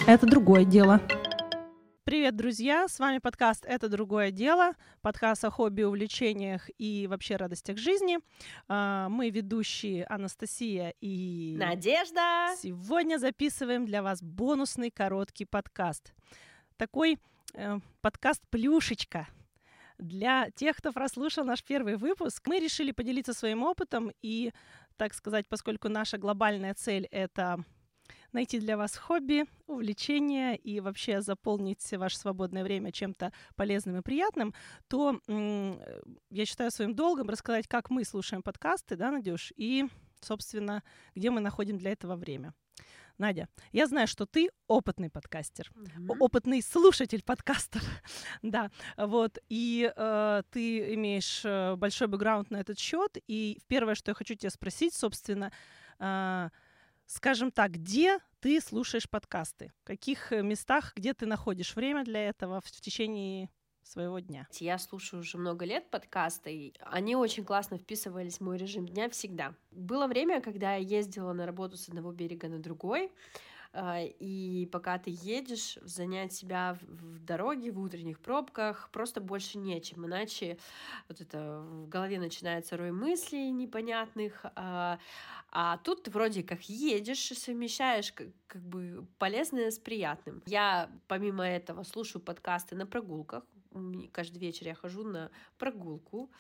Это другое дело. Привет, друзья! С вами подкаст «Это другое дело», подкаст о хобби, увлечениях и вообще радостях жизни. Мы ведущие Анастасия и Надежда. Сегодня записываем для вас бонусный короткий подкаст. Такой подкаст-плюшечка. Для тех, кто прослушал наш первый выпуск, мы решили поделиться своим опытом и, так сказать, поскольку наша глобальная цель — это найти для вас хобби, увлечения и вообще заполнить ваше свободное время чем-то полезным и приятным, то я считаю своим долгом рассказать, как мы слушаем подкасты, да, Надюш, и, собственно, где мы находим для этого время. Надя, я знаю, что ты опытный подкастер, опытный слушатель подкастов, да, вот, и ты имеешь большой бэкграунд на этот счет, и первое, что я хочу тебя спросить, собственно, скажем так, где ты слушаешь подкасты? В каких местах, где ты находишь время для этого в течение своего дня? Я слушаю уже много лет подкасты, и они очень классно вписывались в мой режим дня всегда. Было время, когда я ездила на работу с одного берега на другой, и пока ты едешь, занять себя в дороге, в утренних пробках просто больше нечем, иначе вот это в голове начинается рой мыслей непонятных, а тут ты вроде как едешь и совмещаешь как бы полезное с приятным. Я помимо этого слушаю подкасты на прогулках. Каждый вечер я хожу на прогулку,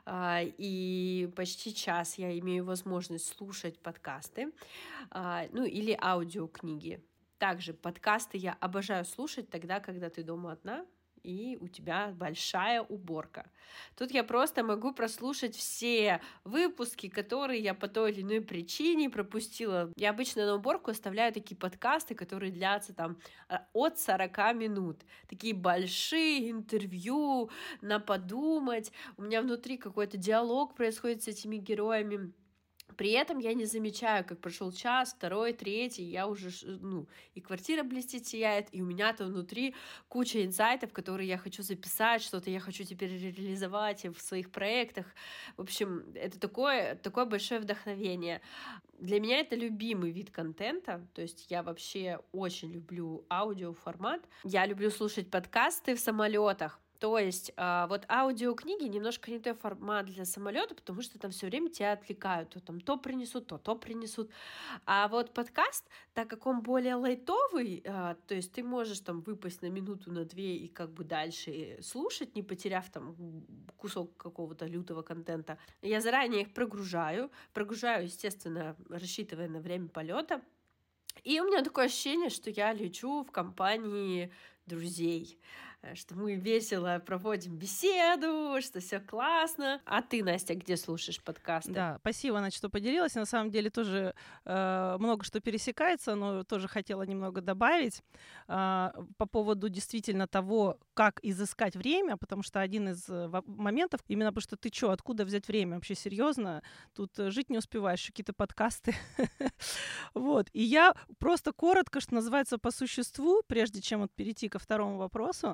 и почти час я имею возможность слушать подкасты, ну или аудиокниги. Также подкасты я обожаю слушать тогда, когда ты дома одна, и у тебя большая уборка. Тут я просто могу прослушать все выпуски, которые я по той или иной причине пропустила. Я обычно на уборку оставляю такие подкасты, которые длятся там от 40 минут. Такие большие интервью, на подумать. У меня внутри какой-то диалог происходит с этими героями. При этом я не замечаю, как прошел час, второй, третий, я уже, и квартира блестит, сияет, и у меня-то внутри куча инсайтов, которые я хочу записать, что-то я хочу теперь реализовать в своих проектах. В общем, это такое большое вдохновение. Для меня это любимый вид контента, то есть я вообще очень люблю аудиоформат. Я люблю слушать подкасты в самолетах. То есть вот аудиокниги немножко не той формат для самолета, потому что там все время тебя отвлекают, то принесут, то принесут. А вот подкаст, так как он более лайтовый, то есть ты можешь там выпасть на минуту, на две и как бы дальше слушать, не потеряв там кусок какого-то лютого контента. Я заранее их прогружаю, естественно, рассчитывая на время полета. И у меня такое ощущение, что я лечу в компании друзей, что мы весело проводим беседу, что все классно. А ты, Настя, где слушаешь подкасты? Да, спасибо, Надя, что поделилась. На самом деле тоже много что пересекается, но тоже хотела немного добавить по поводу действительно того, как изыскать время, потому что один из моментов, именно потому что ты что, откуда взять время? Вообще серьезно, тут жить не успеваешь, какие-то подкасты. Вот, и я просто коротко, что называется, по существу, прежде чем вот перейти ко второму вопросу,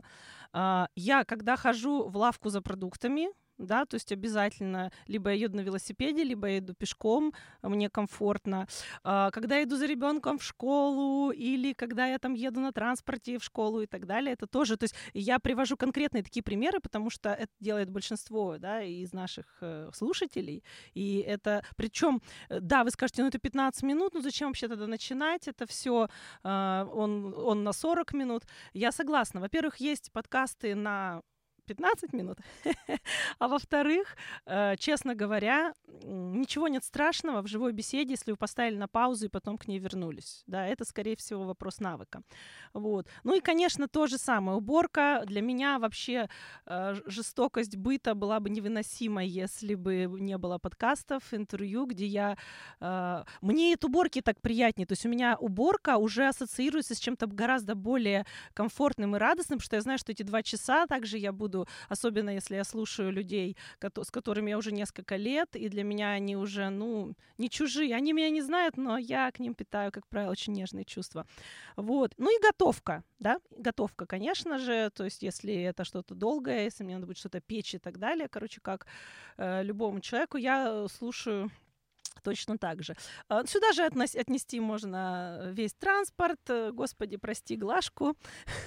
я, когда хожу в лавку за продуктами, да, то есть обязательно либо я еду на велосипеде, либо я иду пешком, мне комфортно. Когда я иду за ребенком в школу или когда я там еду на транспорте в школу и так далее, это тоже, то есть я привожу конкретные такие примеры, потому что это делает большинство, да, из наших слушателей, и это, причем, да, вы скажете, ну это 15 минут, ну зачем вообще тогда начинать это все, он на 40 минут, я согласна, во-первых, есть подкасты на 15 минут. А во-вторых, честно говоря, ничего нет страшного в живой беседе, если вы поставили на паузу и потом к ней вернулись. Да, это, скорее всего, вопрос навыка. Вот. Ну и, конечно, то же самое. Уборка. Для меня вообще жестокость быта была бы невыносима, если бы не было подкастов, интервью, где я... Мне от уборки так приятнее. То есть у меня уборка уже ассоциируется с чем-то гораздо более комфортным и радостным, потому что я знаю, что эти 2 часа также я буду, особенно если я слушаю людей, с которыми я уже несколько лет, и для меня они уже, не чужие. Они меня не знают, но я к ним питаю, как правило, очень нежные чувства. Вот. Ну и готовка, да, готовка, конечно же, то есть если это что-то долгое, если мне надо будет что-то печь и так далее, короче, как любому человеку, я слушаю Точно так же. Сюда же отнести можно весь транспорт. Господи, прости, Глажку.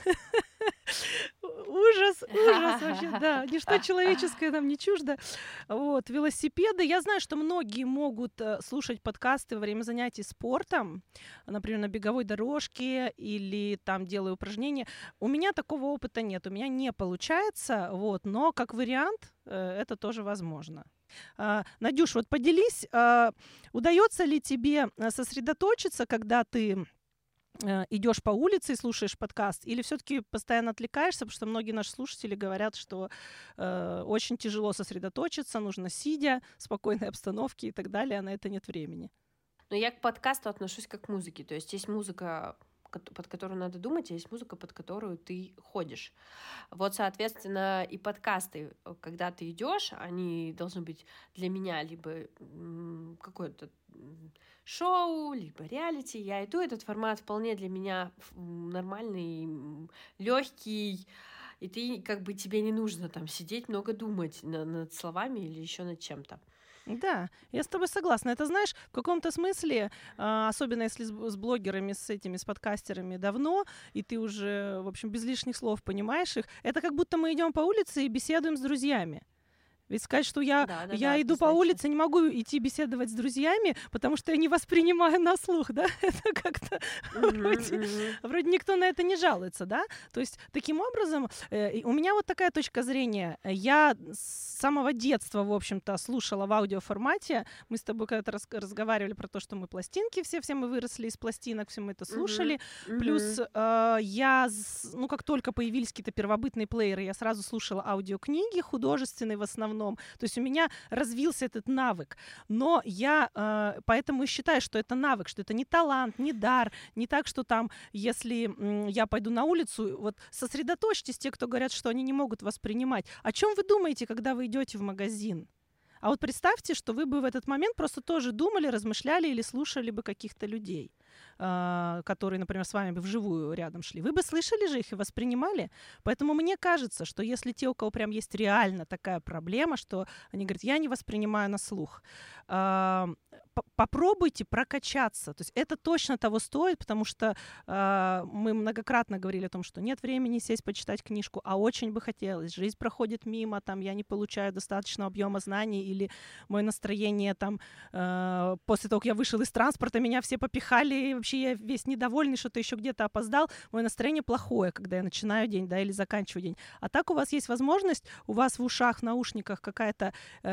Ужас, ужас вообще, да. Ничто человеческое нам не чуждо. Вот, велосипеды. Я знаю, что многие могут слушать подкасты во время занятий спортом, например, на беговой дорожке или там делая упражнения. У меня такого опыта нет, у меня не получается, вот, но как вариант это тоже возможно. Надюш, вот поделись, удается ли тебе сосредоточиться, когда ты идешь по улице и слушаешь подкаст, или все-таки постоянно отвлекаешься, потому что многие наши слушатели говорят, что очень тяжело сосредоточиться, нужно сидя, в спокойной обстановке и так далее, а на это нет времени. Но я к подкасту отношусь как к музыке, то есть есть музыка, под которую надо думать, а есть музыка, под которую ты ходишь. Вот, соответственно, и подкасты, когда ты идешь, они должны быть для меня либо какое-то шоу, либо реалити. Я иду, этот формат вполне для меня нормальный, легкий, и ты как бы тебе не нужно там сидеть, много думать над словами или еще над чем-то. Да, я с тобой согласна. Это, знаешь, в каком-то смысле, особенно если с блогерами, с подкастерами давно, и ты уже, в общем, без лишних слов понимаешь их, это как будто мы идем по улице и беседуем с друзьями. Ведь сказать, что я иду по улице, не могу идти беседовать с друзьями, потому что я не воспринимаю на слух, да? Это как-то вроде никто на это не жалуется, да? То есть таким образом у меня вот такая точка зрения. Я с самого детства, в общем-то, слушала в аудиоформате. Мы с тобой когда-то разговаривали про то, что мы пластинки все мы выросли из пластинок, все мы это слушали. Плюс я, как только появились какие-то первобытные плееры, я сразу слушала аудиокниги художественные в основном. То есть у меня развился этот навык. Но я поэтому и считаю, что это навык, что это не талант, не дар, не так, что там, если я пойду на улицу, вот сосредоточьтесь, те, кто говорят, что они не могут воспринимать. О чем вы думаете, когда вы идете в магазин? А вот представьте, что вы бы в этот момент просто тоже думали, размышляли или слушали бы каких-то людей, которые, например, с вами бы вживую рядом шли. Вы бы слышали же их и воспринимали. Поэтому мне кажется, что если те, у кого прям есть реально такая проблема, что они говорят, я не воспринимаю на слух, попробуйте прокачаться. То есть это точно того стоит, потому что мы многократно говорили о том, что нет времени сесть почитать книжку, а очень бы хотелось. Жизнь проходит мимо, там я не получаю достаточного объема знаний, или мое настроение там после того, как я вышел из транспорта, меня все попихали, и вообще я весь недовольный, что-то еще где-то опоздал. Мое настроение плохое, когда я начинаю день, да, или заканчиваю день. А так у вас есть возможность, у вас в ушах, в наушниках какая-то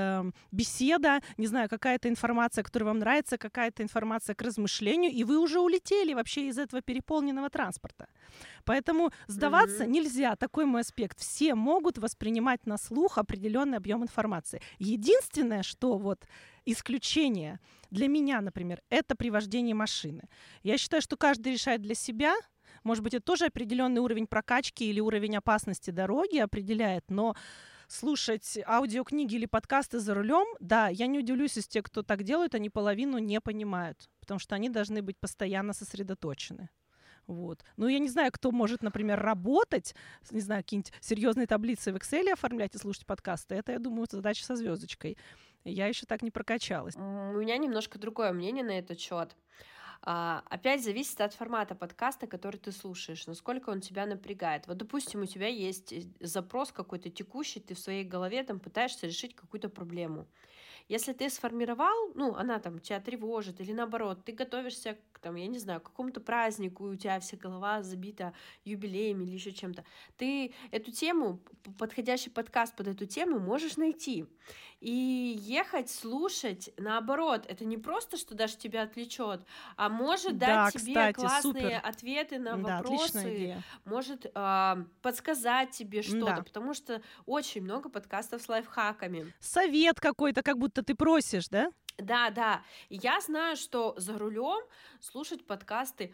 беседа, не знаю, какая-то информация, которая вам нравится, какая-то информация к размышлению, и вы уже улетели вообще из этого переполненного транспорта. Поэтому сдаваться нельзя. Такой мой аспект. Все могут воспринимать на слух определенный объем информации. Единственное, что вот исключение для меня, например, это при вождении машины. Я считаю, что каждый решает для себя. Может быть, это тоже определенный уровень прокачки или уровень опасности дороги определяет, но слушать аудиокниги или подкасты за рулем, да, я не удивлюсь, если те, кто так делают, они половину не понимают, потому что они должны быть постоянно сосредоточены. Вот. Ну, я не знаю, кто может, например, работать, не знаю, какие-нибудь серьезные таблицы в Excel оформлять и слушать подкасты. Это, я думаю, задача со звездочкой. Я еще так не прокачалась. У меня немножко другое мнение на этот счет. Опять зависит от формата подкаста, который ты слушаешь, насколько он тебя напрягает. Вот, допустим, у тебя есть запрос какой-то текущий, ты в своей голове там пытаешься решить какую-то проблему. Если ты сформировал, она там тебя тревожит, или наоборот, ты готовишься к, там, я не знаю, к какому-то празднику, и у тебя вся голова забита юбилеями или еще чем-то, ты эту тему, подходящий подкаст под эту тему можешь найти. И ехать, слушать, наоборот, это не просто, что даже тебя отвлечет, а может дать тебе кстати, классные супер. ответы на Да, вопросы, может подсказать тебе что-то, потому что очень много подкастов с лайфхаками. Совет какой-то, как будто ты просишь, да? Да. И я знаю, что за рулем слушать подкасты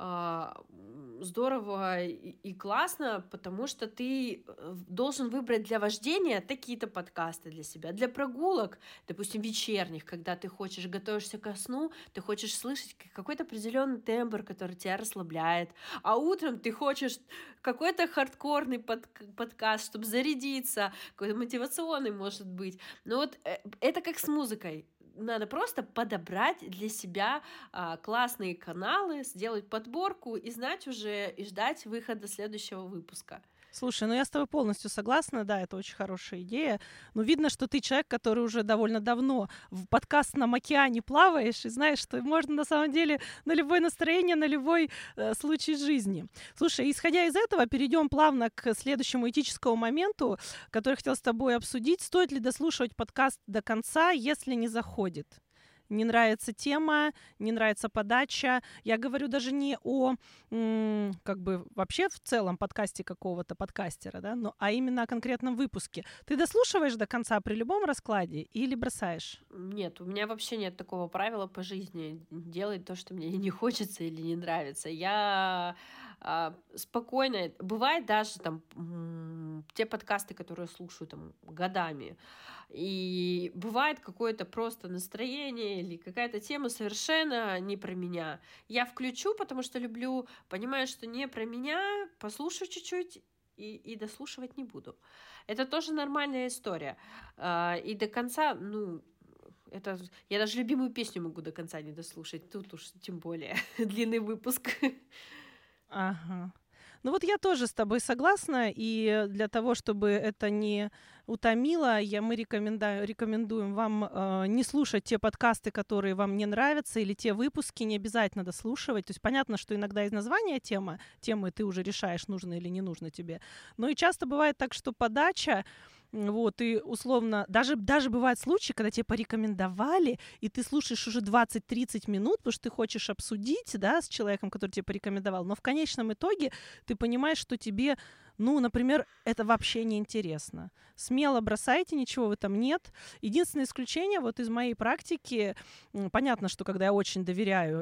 здорово и классно, потому что ты должен выбрать для вождения такие-то подкасты для себя. Для прогулок, допустим, вечерних, когда ты готовишься ко сну, ты хочешь слышать какой-то определенный тембр, который тебя расслабляет. А утром ты хочешь какой-то хардкорный подкаст, чтобы зарядиться, какой-то мотивационный, может быть. Но вот это как с музыкой. надо просто подобрать для себя классные каналы, сделать подборку и знать уже, и ждать выхода следующего выпуска. Слушай, ну я с тобой полностью согласна, да, это очень хорошая идея. Но видно, что ты человек, который уже довольно давно в подкастном океане плаваешь и знаешь, что можно на самом деле на любое настроение, на любой случай жизни. Слушай, исходя из этого, перейдем плавно к следующему этическому моменту, который хотел с тобой обсудить. Стоит ли дослушивать подкаст до конца, если не заходит? Не нравится тема, не нравится подача. Я говорю даже не о как бы вообще в целом подкасте какого-то подкастера, да, а именно о конкретном выпуске. Ты дослушиваешь до конца при любом раскладе или бросаешь? Нет, у меня вообще нет такого правила по жизни делать то, что мне не хочется или не нравится. Я спокойно... Бывает даже там те подкасты, которые слушаю там годами, и бывает какое-то просто настроение или какая-то тема совершенно не про меня. Я включу, потому что люблю, понимаю, что не про меня, послушаю чуть-чуть и дослушивать не буду. Это тоже нормальная история. И до конца, это я даже любимую песню могу до конца не дослушать. Тут уж тем более длинный выпуск. Ага. Ну вот я тоже с тобой согласна, и для того, чтобы это не утомило, мы рекомендуем вам не слушать те подкасты, которые вам не нравятся, или те выпуски не обязательно дослушивать. То есть понятно, что иногда из названия темы ты уже решаешь, нужно или не нужно тебе. Но и часто бывает так, что подача, вот, и условно, даже бывают случаи, когда тебе порекомендовали, и ты слушаешь уже 20-30 минут, потому что ты хочешь обсудить, да, с человеком, который тебе порекомендовал, но в конечном итоге ты понимаешь, что тебе, например, это вообще не интересно. Смело бросайте, ничего в этом нет. Единственное исключение вот из моей практики, понятно, что когда я очень доверяю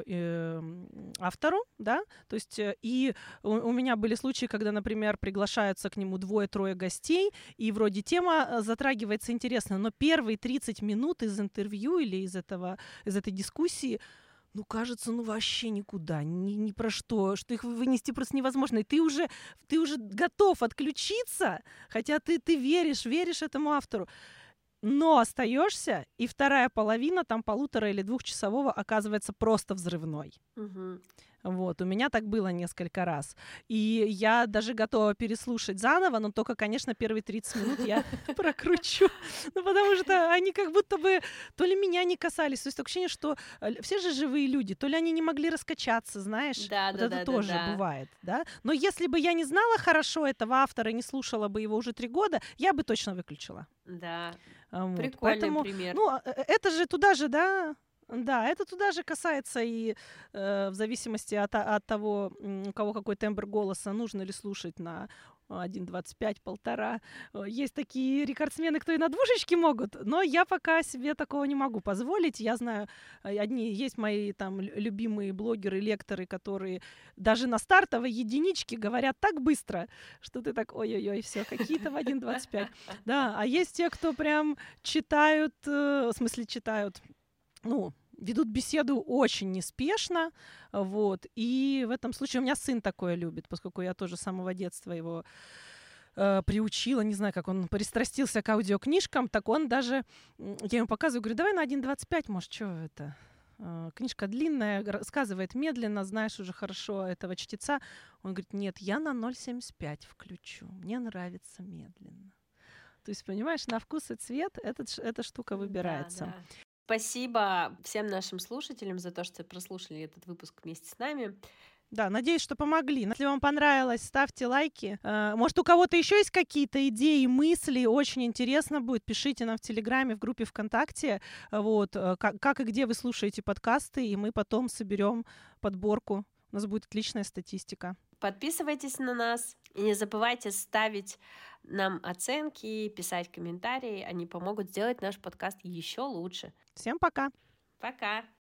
автору, да, то есть и у меня были случаи, когда, например, приглашаются к нему 2-3 гостей, и вроде тема затрагивается интересно, но первые 30 минут из интервью или из этой дискуссии кажется, вообще никуда, ни про что их вынести просто невозможно. И ты уже готов отключиться, хотя ты веришь этому автору. Но остаешься, и вторая половина, там 1,5- или 2-часового, оказывается просто взрывной. Угу. Вот, у меня так было несколько раз. И я даже готова переслушать заново, но только, конечно, первые 30 минут я прокручу. Потому что они как будто бы то ли меня не касались. То есть такое ощущение, что все же живые люди, то ли они не могли раскачаться, знаешь. Да, вот да, это да, тоже да. бывает, да. Но если бы я не знала хорошо этого автора и не слушала бы его уже 3 года, я бы точно выключила. Да. Вот. Прикольный Поэтому, пример. это же туда же, да. Да, это туда же касается и в зависимости от того, у кого какой тембр голоса, нужно ли слушать на 1,25, 1,5. Есть такие рекордсмены, кто и на 2 могут, но я пока себе такого не могу позволить. Я знаю, есть мои там любимые блогеры, лекторы, которые даже на стартовой единичке говорят так быстро, что ты так, ой-ой-ой, все, какие-то в 1,25. Да, а есть те, кто прям читают, ведут беседу очень неспешно, вот, и в этом случае у меня сын такое любит, поскольку я тоже с самого детства его приучила, не знаю, как он пристрастился к аудиокнижкам, так он даже, я ему показываю, говорю, давай на 1,25, может, что это? Книжка длинная, рассказывает медленно, знаешь уже хорошо этого чтеца. Он говорит, нет, я на 0,75 включу, мне нравится медленно. То есть, понимаешь, на вкус и цвет эта штука выбирается. Да. Спасибо всем нашим слушателям за то, что прослушали этот выпуск вместе с нами. Да, надеюсь, что помогли. Если вам понравилось, ставьте лайки. Может, у кого-то еще есть какие-то идеи, мысли, очень интересно будет. Пишите нам в Телеграме, в группе ВКонтакте, вот, как и где вы слушаете подкасты, и мы потом соберем подборку. У нас будет отличная статистика. Подписывайтесь на нас и не забывайте ставить нам оценки, писать комментарии. Они помогут сделать наш подкаст еще лучше. Всем пока! Пока!